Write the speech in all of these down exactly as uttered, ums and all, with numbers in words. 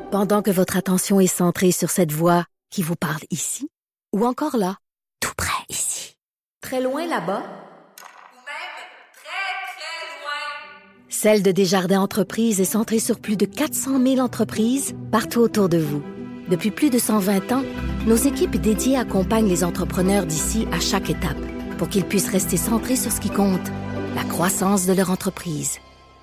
Pendant que votre attention est centrée sur cette voix qui vous parle ici, ou encore là, tout près ici, très loin là-bas, ou même très, très loin, Celle de Desjardins Entreprises est centrée sur plus de quatre cent mille entreprises partout autour de vous. Depuis plus de cent vingt ans, nos équipes dédiées accompagnent les entrepreneurs d'ici à chaque étape pour qu'ils puissent rester centrés sur ce qui compte, la croissance de leur entreprise.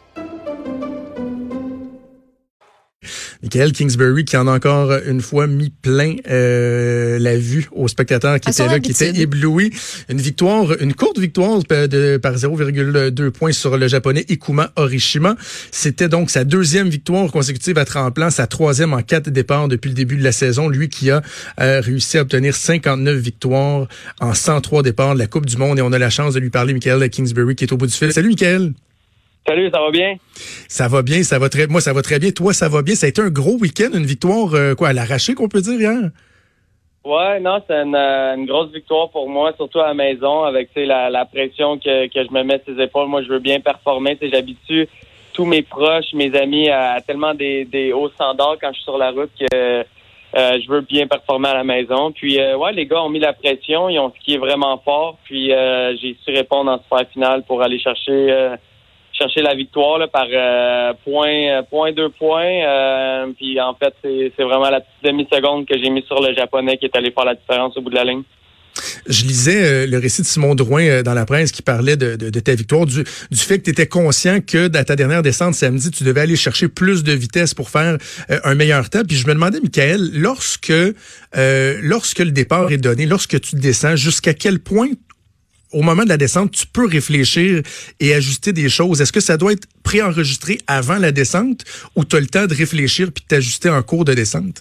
Michael Kingsbury qui en a encore une fois mis plein euh, la vue aux spectateurs qui étaient là, qui étaient éblouis. Une victoire, une courte victoire de, par zéro virgule deux points sur le japonais Ikuma Horishima. C'était donc sa deuxième victoire consécutive à tremplin, sa troisième en quatre départs depuis le début de la saison. Lui qui a euh, réussi à obtenir cinquante-neuf victoires en cent trois départs de la Coupe du Monde. Et on a la chance de lui parler, Michael Kingsbury, qui est au bout du fil. Salut, Michael. Salut, ça va bien? Ça va bien, ça va très, moi ça va très bien. Toi, ça va bien. Ça a été un gros week-end, une victoire euh, quoi à l'arraché qu'on peut dire hier. Ouais, non, c'est une, une grosse victoire pour moi, surtout à la maison, avec la, la pression que, que je me mets sur les épaules. Moi, je veux bien performer. J'habitue tous mes proches, mes amis à tellement des, des hauts standards quand je suis sur la route que euh, je veux bien performer à la maison. Puis euh, ouais, les gars ont mis la pression, ils ont skié vraiment fort. Puis euh, j'ai su répondre en super finale pour aller chercher. Euh, chercher la victoire là, par euh, point, point deux points. Euh, puis en fait, c'est, c'est vraiment la petite demi-seconde que j'ai mis sur le japonais qui est allé faire la différence au bout de la ligne. Je lisais euh, le récit de Simon Drouin euh, dans la presse qui parlait de, de, de ta victoire, du, du fait que tu étais conscient que dans ta dernière descente samedi, tu devais aller chercher plus de vitesse pour faire euh, un meilleur temps. Puis je me demandais, Michael, lorsque, euh, lorsque le départ est donné, lorsque tu descends, jusqu'à quel point au moment de la descente, tu peux réfléchir et ajuster des choses. Est-ce que ça doit être préenregistré avant la descente ou tu as le temps de réfléchir puis de t'ajuster en cours de descente?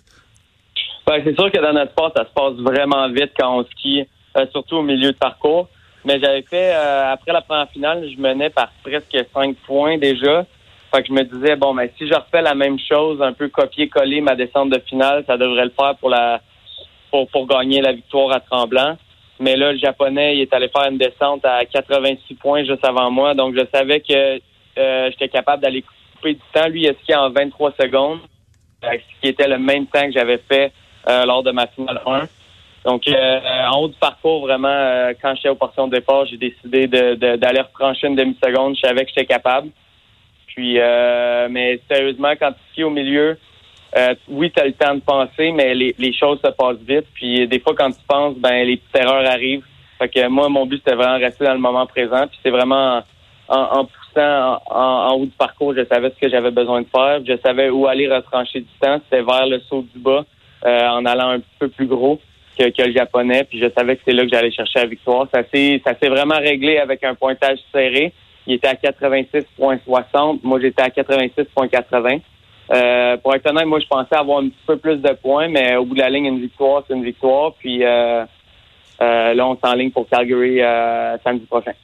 Ben, c'est sûr que dans notre sport, ça se passe vraiment vite quand on skie, euh, surtout au milieu de parcours. Mais j'avais fait, euh, après la première finale, je menais par presque cinq points déjà. Fait que je me disais, bon, ben si je refais la même chose, un peu copier-coller ma descente de finale, ça devrait le faire pour la pour, pour gagner la victoire à Tremblant. Mais là, le Japonais, il est allé faire une descente à quatre-vingt-six points juste avant moi. Donc, je savais que euh, j'étais capable d'aller couper du temps. Lui, il a skié en vingt-trois secondes, ce qui était le même temps que j'avais fait euh, lors de ma finale un. Donc, euh, en haut du parcours, vraiment, euh, quand j'étais aux portions de départ, j'ai décidé de, de, d'aller retrancher une demi-seconde. Je savais que j'étais capable. Puis, euh, mais sérieusement, quand tu skis au milieu, Euh, oui, tu as le temps de penser, mais les, les choses se passent vite. Puis des fois, quand tu penses, ben les petites erreurs arrivent. Fait que moi, mon but, c'était vraiment rester dans le moment présent. Puis c'est vraiment en, en, en poussant en, en, en haut du parcours, je savais ce que j'avais besoin de faire. Je savais où aller retrancher du temps. C'était vers le saut du bas, euh, en allant un peu plus gros que, que le japonais. Puis je savais que c'est là que j'allais chercher la victoire. Ça s'est, ça s'est vraiment réglé avec un pointage serré. Il était à quatre-vingt-six virgule soixante. Moi, j'étais à quatre-vingt-six virgule quatre-vingts. Euh, pour être honnête, moi, je pensais avoir un petit peu plus de points, mais au bout de la ligne, une victoire, c'est une victoire. Puis euh, euh, là, on s'enligne pour Calgary euh, samedi prochain.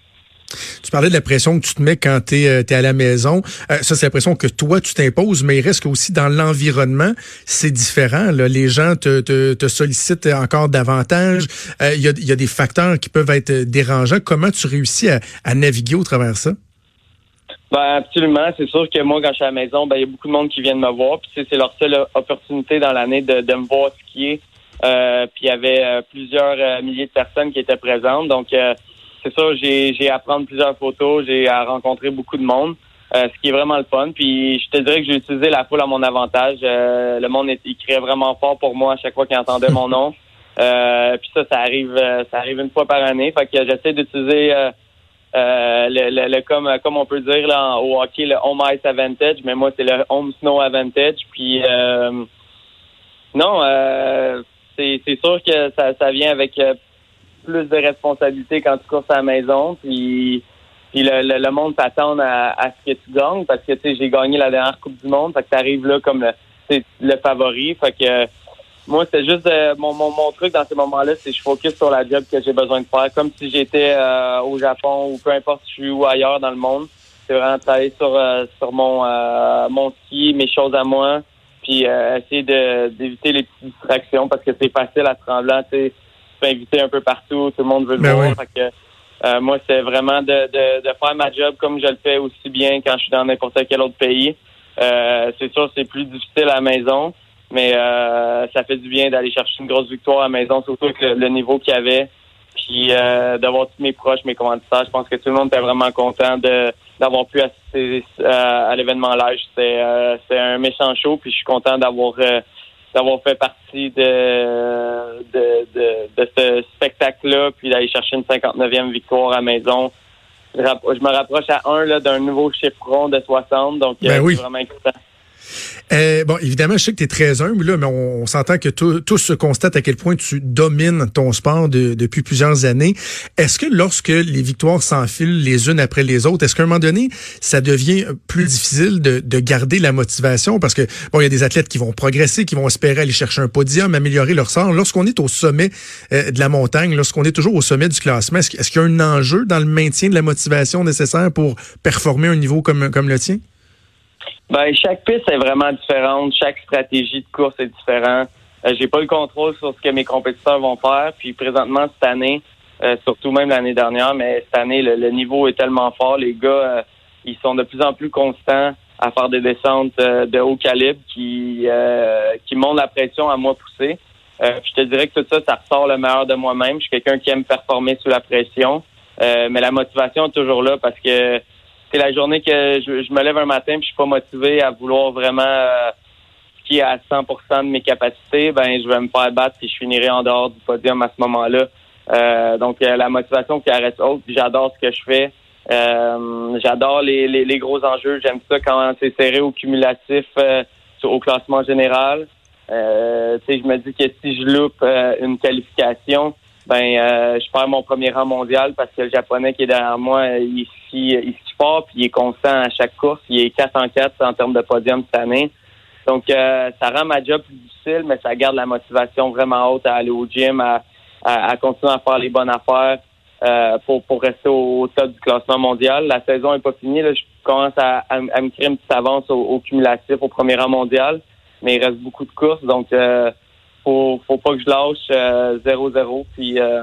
Tu parlais de la pression que tu te mets quand tu es euh, à la maison. Euh, ça, c'est la pression que toi, tu t'imposes, mais il reste qu'aussi dans l'environnement, c'est différent. Là. Les gens te, te, te sollicitent encore davantage. Euh, il y a, y a des facteurs qui peuvent être dérangeants. Comment tu réussis à, à naviguer au travers de ça? Ben absolument, c'est sûr que moi quand je suis à la maison, ben il y a beaucoup de monde qui viennent me voir, puis c'est leur seule opportunité dans l'année de, de me voir skier. Euh, puis il y avait euh, plusieurs euh, milliers de personnes qui étaient présentes, donc euh, c'est sûr j'ai j'ai à prendre plusieurs photos, j'ai à rencontrer beaucoup de monde, euh, ce qui est vraiment le fun. Puis je te dirais que j'ai utilisé la foule à mon avantage. Euh, le monde il criait vraiment fort pour moi à chaque fois qu'il entendait mon nom. Euh, puis ça, ça arrive, ça arrive une fois par année. Fait que j'essaie d'utiliser euh, Euh, le, le, le comme comme on peut dire là au hockey le home ice advantage, mais moi c'est le home snow advantage. Puis euh, non, euh, c'est c'est sûr que ça ça vient avec euh, plus de responsabilité quand tu cours à la maison. Puis puis le, le, le monde t'attend à, à ce que tu gagnes parce que tu sais j'ai gagné la dernière Coupe du Monde, fait que t'arrives là comme le c'est le favori. Fait que moi, c'est juste euh, mon, mon mon truc dans ces moments-là, c'est que je focus sur la job que j'ai besoin de faire, comme si j'étais euh, au Japon ou peu importe si je suis où ailleurs dans le monde. C'est vraiment travailler sur euh, sur mon euh, mon ski, mes choses à moi, puis euh, essayer de d'éviter les petites distractions parce que c'est facile à Tremblant, tu sais, tu peux inviter un peu partout, tout le monde veut le ben voir. Oui. Fait que euh, moi, c'est vraiment de, de de faire ma job comme je le fais aussi bien quand je suis dans n'importe quel autre pays. Euh, c'est sûr, c'est plus difficile à la maison. Mais euh, ça fait du bien d'aller chercher une grosse victoire à la maison, surtout avec le, le niveau qu'il y avait. Puis euh, d'avoir tous mes proches, mes commanditaires. Je pense que tout le monde était vraiment content de d'avoir pu assister à, à l'événement live. C'était euh, c'est un méchant show, puis je suis content d'avoir euh, d'avoir fait partie de de, de, de ce spectacle-là, puis d'aller chercher une cinquante-neuvième victoire à la maison. Je, rapp- je me rapproche à un là, d'un nouveau chiffre rond de soixante, donc ben euh, oui. c'est vraiment excitant. Euh, bon, évidemment, je sais que tu es très humble, là, mais on, on s'entend que tout, tout se constate à quel point tu domines ton sport de, depuis plusieurs années. Est-ce que lorsque les victoires s'enfilent les unes après les autres, est-ce qu'à un moment donné, ça devient plus difficile de, de garder la motivation? Parce que, bon, il y a des athlètes qui vont progresser, qui vont espérer aller chercher un podium, améliorer leur sort. Lorsqu'on est au sommet euh, de la montagne, lorsqu'on est toujours au sommet du classement, est-ce, est-ce qu'il y a un enjeu dans le maintien de la motivation nécessaire pour performer à un niveau comme, comme le tien? Ben, chaque piste est vraiment différente. Chaque stratégie de course est différente. Euh, j'ai pas le contrôle sur ce que mes compétiteurs vont faire. Puis présentement, cette année, euh, surtout même l'année dernière, mais cette année, le, le niveau est tellement fort. Les gars, euh, ils sont de plus en plus constants à faire des descentes euh, de haut calibre qui euh, qui montent la pression à moi pousser. Euh, puis je te dirais que tout ça, ça ressort le meilleur de moi-même. Je suis quelqu'un qui aime performer sous la pression. Euh, mais la motivation est toujours là parce que c'est la journée que je, je me lève un matin puis je suis pas motivé à vouloir vraiment euh, skier à cent pour cent de mes capacités, ben je vais me faire battre puis je finirai en dehors du podium à ce moment-là. Euh, donc euh, la motivation qui reste haute, puis j'adore ce que je fais. Euh, j'adore les, les, les gros enjeux. J'aime ça quand c'est serré au cumulatif euh, au classement général. Euh, tu sais, je me dis que si je loupe euh, une qualification, ben euh, je perds mon premier rang mondial parce que le Japonais qui est derrière moi, il skie, il skie fort puis il est constant à chaque course. Il est quatre en quatre en termes de podium cette année. Donc euh, ça rend ma job plus difficile, mais ça garde la motivation vraiment haute à aller au gym, à, à, à continuer à faire les bonnes affaires euh, pour, pour rester au, au top du classement mondial. La saison est pas finie. Là, je commence à, à, à me créer une petite avance au, au cumulatif, au premier rang mondial, mais il reste beaucoup de courses, donc euh, Faut, faut pas que je lâche euh, zéro zéro. Puis euh,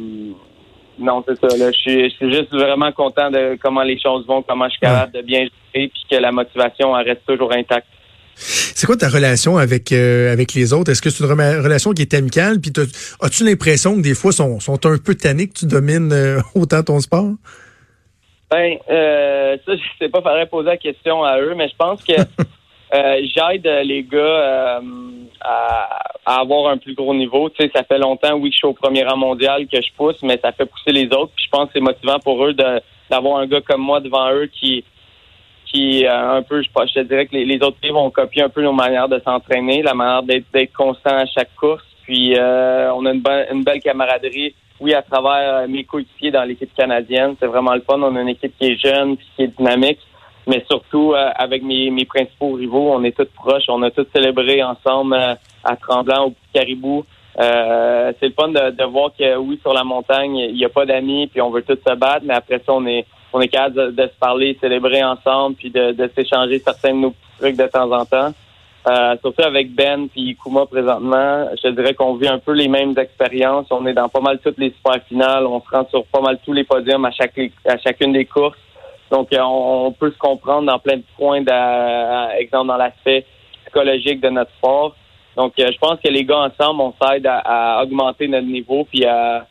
non, c'est ça. Là, je suis, je suis juste vraiment content de comment les choses vont, comment je suis capable de bien gérer, puis que la motivation elle reste toujours intacte. C'est quoi ta relation avec euh, avec les autres? Est-ce que c'est une re- relation qui est amicale? Puis as-tu l'impression que des fois sont sont un peu tannés que tu domines euh, autant ton sport? Ben, euh, ça, je sais pas, faudrait poser la question à eux, mais je pense que Euh, j'aide les gars euh, à, à avoir un plus gros niveau. Tu sais, ça fait longtemps, oui, que je suis au premier rang mondial que je pousse, mais ça fait pousser les autres. Puis je pense que c'est motivant pour eux de d'avoir un gars comme moi devant eux qui qui euh, un peu, je, je te dirais que les, les autres filles vont copier un peu nos manières de s'entraîner, la manière d'être, d'être constant à chaque course. Puis euh, on a une, be- une belle camaraderie, oui, à travers mes coéquipiers dans l'équipe canadienne. C'est vraiment le fun. On a une équipe qui est jeune, puis qui est dynamique. Mais surtout, euh, avec mes, mes principaux rivaux, on est tous proches. On a tous célébré ensemble euh, à Tremblant, au Petit Caribou. Euh, c'est le fun de, de voir que, oui, sur la montagne, il n'y a pas d'amis, puis on veut tous se battre. Mais après ça, on est on est capable de, de se parler, célébrer ensemble, puis de, de s'échanger certains de nos petits trucs de temps en temps. Euh, surtout avec Ben puis Kuma présentement, je te dirais qu'on vit un peu les mêmes expériences. On est dans pas mal toutes les super finales. On se rend sur pas mal tous les podiums à chaque à chacune des courses. Donc, on, on peut se comprendre dans plein de points, exemple dans l'aspect psychologique de notre sport. Donc, je pense que les gars ensemble, on s'aide à, à augmenter notre niveau, puis à,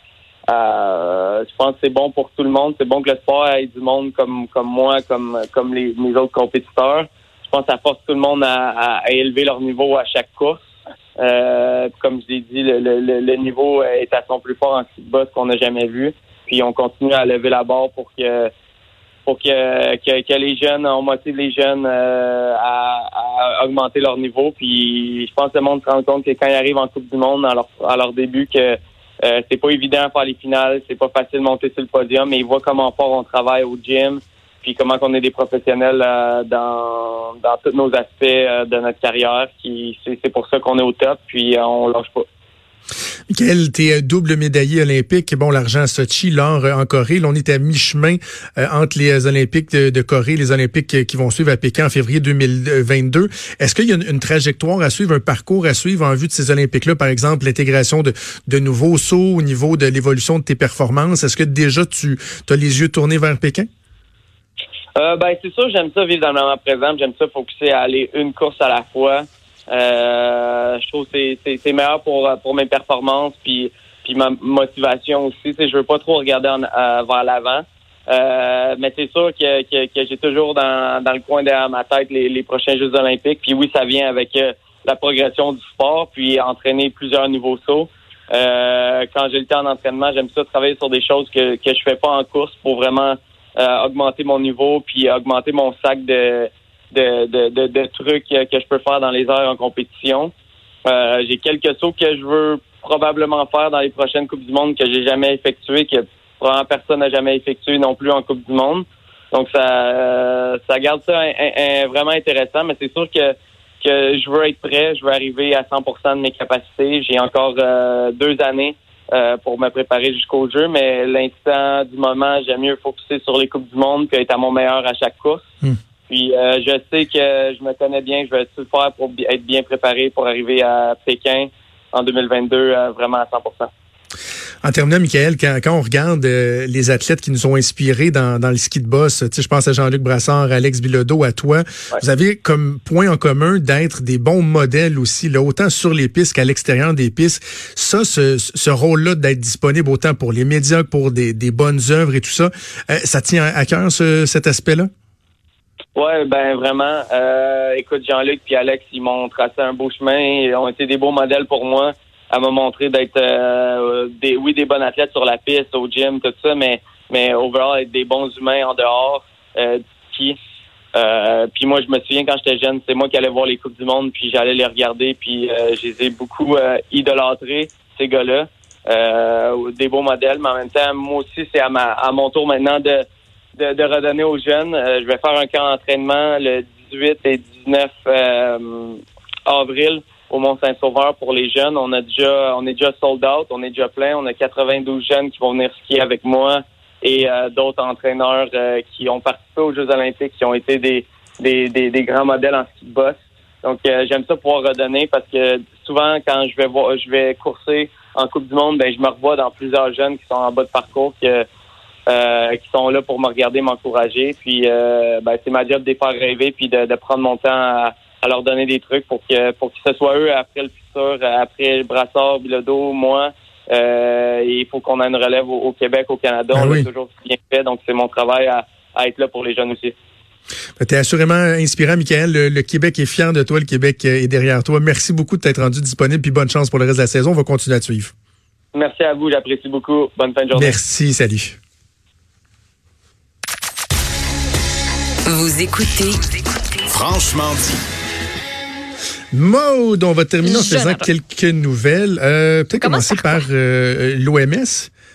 à, je pense que c'est bon pour tout le monde. C'est bon que le sport ait du monde comme comme moi, comme comme les mes autres compétiteurs. Je pense que ça force tout le monde à, à, à élever leur niveau à chaque course. Euh, comme je l'ai dit, le, le, le niveau est à son plus fort en ski de boss qu'on n'a jamais vu. Puis, on continue à lever la barre pour que pour que, que, que les jeunes, on motive les jeunes euh, à, à augmenter leur niveau. Puis je pense que le monde se rend compte que quand ils arrivent en Coupe du Monde, à leur, à leur début, que euh, c'est pas évident de faire les finales, c'est pas facile de monter sur le podium, mais ils voient comment fort on travaille au gym, puis comment qu'on est des professionnels euh, dans, dans tous nos aspects euh, de notre carrière. Qui, c'est, c'est pour ça qu'on est au top, puis euh, on lâche pas. Michael, t'es double médaillé olympique. Bon, l'argent à Sochi, l'or en Corée. Là, on est à mi-chemin euh, entre les Olympiques de, de Corée et les Olympiques qui vont suivre à Pékin en février deux mille vingt-deux. Est-ce qu'il y a une, une trajectoire à suivre, un parcours à suivre en vue de ces Olympiques-là? Par exemple, l'intégration de, de nouveaux sauts au niveau de l'évolution de tes performances. Est-ce que déjà tu as les yeux tournés vers Pékin? Euh, ben, c'est sûr, j'aime ça vivre dans le moment présent. J'aime ça focuser à aller une course à la fois. Euh, je trouve que c'est, c'est, c'est meilleur pour, pour mes performances puis, puis ma motivation aussi. Tu sais, je veux pas trop regarder en, euh, vers l'avant. Euh, mais c'est sûr que, que, que j'ai toujours dans, dans le coin derrière ma tête les, les prochains Jeux olympiques. Puis oui, ça vient avec euh, la progression du sport, puis entraîner plusieurs nouveaux sauts. Euh, quand j'ai le temps d'entraînement, j'aime ça travailler sur des choses que, que je fais pas en course pour vraiment euh, augmenter mon niveau puis augmenter mon sac de, de, de, de, de trucs que je peux faire dans les airs en compétition. Euh, j'ai quelques sauts que je veux probablement faire dans les prochaines Coupes du Monde que j'ai jamais effectuées, que probablement personne n'a jamais effectué non plus en Coupe du Monde. Donc ça euh, ça garde ça un, un, un, vraiment intéressant, mais c'est sûr que que je veux être prêt, je veux arriver à cent pour cent de mes capacités. J'ai encore euh, deux années euh, pour me préparer jusqu'au jeu, mais l'instant du moment, j'aime mieux focuser sur les Coupes du Monde que être à mon meilleur à chaque course. Mm. Puis euh, je sais que je me connais bien, je vais tout faire pour être bien préparé pour arriver à Pékin en deux mille vingt-deux euh, vraiment à cent pour cent. En terminant, Michael, quand, quand on regarde euh, les athlètes qui nous ont inspirés dans, dans le ski de boss, tu sais, je pense à Jean-Luc Brassard, Alex Bilodeau, à toi, ouais. Vous avez comme point en commun d'être des bons modèles aussi, là, autant sur les pistes qu'à l'extérieur des pistes. Ça, ce, ce rôle-là d'être disponible autant pour les médias que pour des, des bonnes œuvres et tout ça, euh, ça tient à cœur ce, cet aspect-là? Ouais, ben vraiment. Euh, écoute, Jean-Luc puis Alex, ils m'ont tracé un beau chemin, ils ont été des beaux modèles pour moi. À me montrer d'être euh, des oui des bons athlètes sur la piste, au gym, tout ça, mais mais overall être des bons humains en dehors euh, du ski. Euh, puis moi, je me souviens quand j'étais jeune, c'est moi qui allais voir les Coupes du Monde, puis j'allais les regarder, puis euh, je les ai beaucoup euh, idolâtrés, ces gars-là. Euh, des beaux modèles, mais en même temps, moi aussi, c'est à ma à mon tour maintenant de de, de redonner aux jeunes. Euh, je vais faire un camp d'entraînement le dix-huit et dix-neuf euh, avril. Au Mont-Saint-Sauveur pour les jeunes. On a déjà, on est déjà sold out, on est déjà plein. On a quatre-vingt-douze jeunes qui vont venir skier avec moi et euh, d'autres entraîneurs euh, qui ont participé aux Jeux olympiques, qui ont été des, des, des, des grands modèles en ski de boss. Donc, euh, j'aime ça pouvoir redonner parce que souvent, quand je vais voir, je vais courser en Coupe du Monde, ben, je me revois dans plusieurs jeunes qui sont en bas de parcours, que, euh, qui sont là pour me regarder, m'encourager. Puis, euh, ben, c'est ma job de les faire rêver puis de, de prendre mon temps à à leur donner des trucs pour que pour que ce soit eux après le futur, après Brassard, Bilodeau, moi. Euh, il faut qu'on ait une relève au, au Québec, au Canada. Ben on oui. l'a toujours bien fait, donc c'est mon travail à, à être là pour les jeunes aussi. Tu es assurément inspirant, Michael. Le, le Québec est fier de toi, le Québec est derrière toi. Merci beaucoup de t'être rendu disponible, puis bonne chance pour le reste de la saison. On va continuer à te suivre. Merci à vous, j'apprécie beaucoup. Bonne fin de journée. Merci, salut. Vous écoutez Franchement dit. Maude, on va terminer en faisant quelques nouvelles. Euh, peut-être commencer par euh, l'O M S.